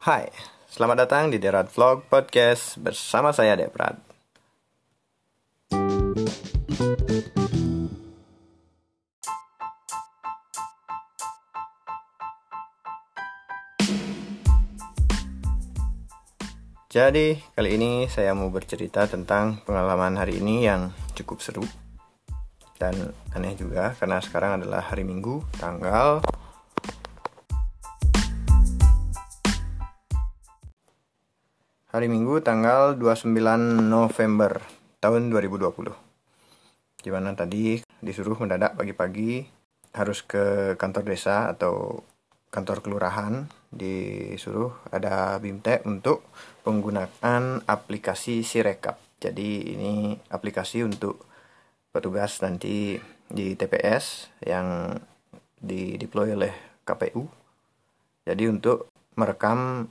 Hai, selamat datang di Derat Vlog Podcast bersama saya Deprat. Jadi, kali ini saya mau bercerita tentang pengalaman hari ini yang cukup seru dan aneh juga karena sekarang adalah hari Minggu, tanggal Hari Minggu tanggal 29 November tahun 2020. Gimana tadi disuruh mendadak pagi-pagi harus ke kantor desa atau kantor kelurahan, disuruh ada BIMTEK untuk penggunaan aplikasi Sirekap. Jadi ini aplikasi untuk petugas nanti di TPS yang dideploy oleh KPU. Jadi untuk merekam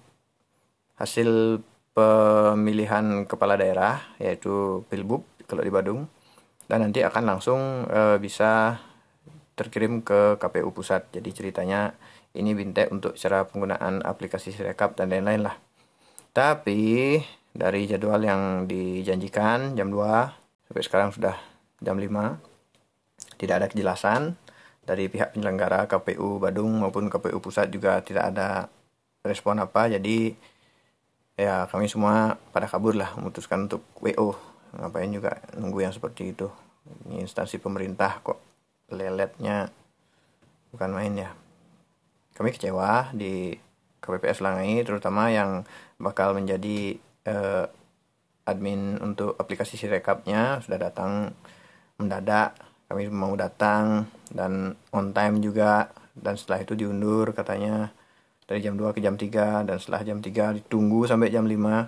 hasil pemilihan kepala daerah, yaitu Pilbub kalau di Badung, dan nanti akan langsung bisa terkirim ke KPU pusat. Jadi ceritanya ini BIMTEK untuk cara penggunaan aplikasi Sirekap dan lain-lain lah. Tapi dari jadwal yang dijanjikan jam 2 sampai sekarang sudah jam 5, tidak ada kejelasan dari pihak penyelenggara KPU Badung maupun KPU pusat, juga tidak ada respon apa. Jadi ya kami semua pada kabur lah, memutuskan untuk WO. Ngapain juga nunggu yang seperti itu. Ini instansi pemerintah kok leletnya bukan main ya. Kami kecewa di KPPS Langai, terutama yang bakal menjadi admin untuk aplikasi Sirekapnya sudah datang mendadak. Kami mau datang dan on time juga, dan setelah itu diundur katanya dari jam 2 ke jam 3, dan setelah jam 3 ditunggu sampai jam 5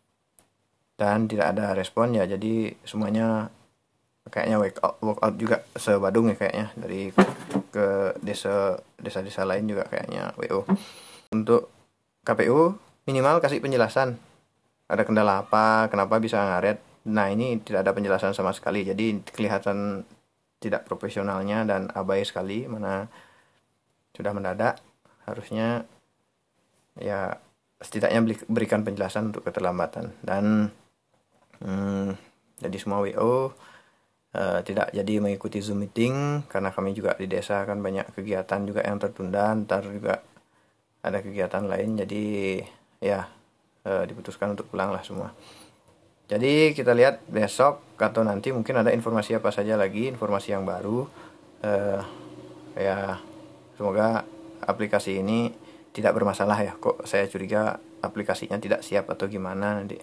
dan tidak ada respon ya. Jadi semuanya kayaknya walk out juga se-Badung ya kayaknya, dari ke desa-desa lain juga kayaknya WO. Untuk KPU minimal kasih penjelasan ada kendala apa, kenapa bisa ngaret. Nah ini tidak ada penjelasan sama sekali, jadi kelihatan tidak profesionalnya dan abai sekali. Mana sudah mendadak, harusnya ya setidaknya berikan penjelasan untuk keterlambatan. Dan jadi semua WO tidak jadi mengikuti Zoom meeting karena kami juga di desa kan banyak kegiatan juga yang tertunda, ntar juga ada kegiatan lain, jadi ya diputuskan untuk pulang lah semua. Jadi kita lihat besok atau nanti mungkin ada informasi apa saja lagi, informasi yang baru. Ya semoga aplikasi ini tidak bermasalah ya. Kok saya curiga aplikasinya tidak siap atau gimana nanti.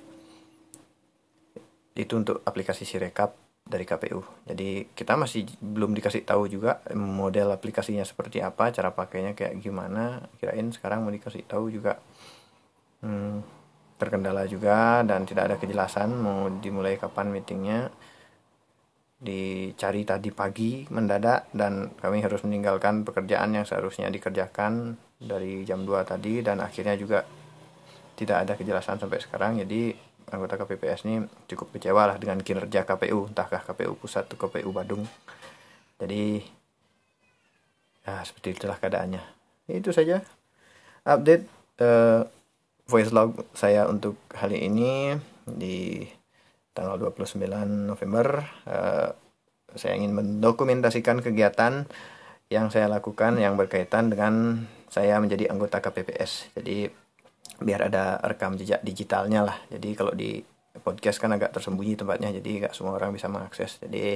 Itu untuk aplikasi Sirekap dari KPU. Jadi kita masih belum dikasih tahu juga model aplikasinya seperti apa, cara pakainya kayak gimana. Kirain sekarang mau dikasih tahu juga. Terkendala juga dan tidak ada kejelasan mau dimulai kapan meetingnya. Dicari tadi pagi mendadak dan kami harus meninggalkan pekerjaan yang seharusnya dikerjakan dari jam 2 tadi, dan akhirnya juga tidak ada kejelasan sampai sekarang. Jadi anggota KPPS ini cukup kecewa lah dengan kinerja KPU, entahkah KPU pusat atau KPU Badung. Jadi ya seperti itulah keadaannya. Itu saja update voice log saya untuk hari ini di tanggal 29 November. Saya ingin mendokumentasikan kegiatan yang saya lakukan yang berkaitan dengan saya menjadi anggota KPPS. Jadi biar ada rekam jejak digitalnya lah. Jadi kalau di podcast kan agak tersembunyi tempatnya, jadi nggak semua orang bisa mengakses. Jadi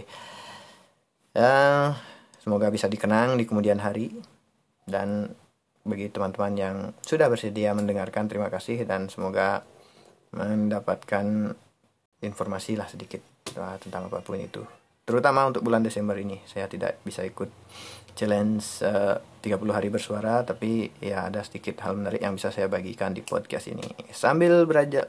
ya semoga bisa dikenang di kemudian hari. Dan bagi teman-teman yang sudah bersedia mendengarkan, terima kasih, dan semoga mendapatkan informasi lah sedikit tentang apapun itu. Terutama untuk bulan Desember ini saya tidak bisa ikut challenge 30 hari bersuara, tapi ya ada sedikit hal menarik yang bisa saya bagikan di podcast ini sambil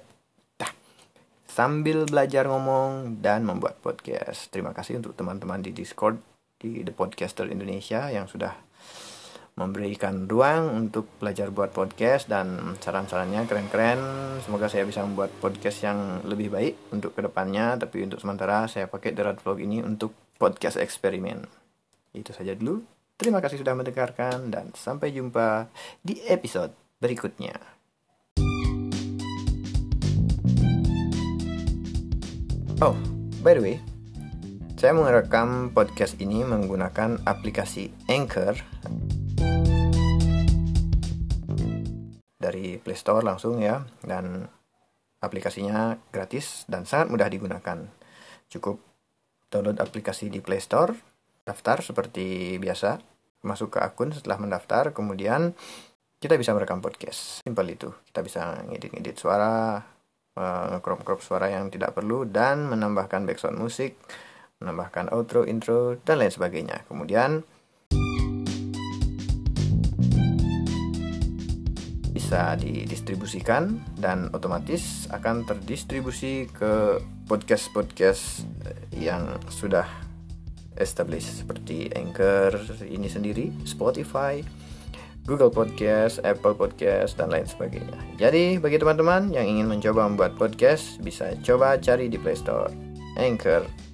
belajar ngomong dan membuat podcast. Terima kasih untuk teman-teman di Discord di The Podcaster Indonesia yang sudah memberikan ruang untuk belajar buat podcast, dan saran-sarannya keren-keren. Semoga saya bisa membuat podcast yang lebih baik untuk kedepannya, tapi untuk sementara saya pakai Derat Vlog ini untuk podcast eksperimen. Itu saja dulu. Terima kasih sudah mendengarkan dan sampai jumpa di episode berikutnya. Oh, by the way, saya merekam podcast ini menggunakan aplikasi Anchor dari Play Store langsung ya, dan aplikasinya gratis dan sangat mudah digunakan. Cukup download aplikasi di Play Store, daftar seperti biasa, masuk ke akun setelah mendaftar, kemudian kita bisa merekam podcast. Simpel itu. Kita bisa ngedit suara, crop suara yang tidak perlu, dan menambahkan background musik, menambahkan outro, intro, dan lain sebagainya. Kemudian bisa didistribusikan dan otomatis akan terdistribusi ke podcast yang sudah established seperti Anchor ini sendiri, Spotify, Google Podcast, Apple Podcast, dan lain sebagainya. Jadi bagi teman-teman yang ingin mencoba membuat podcast, bisa coba cari di Play Store Anchor.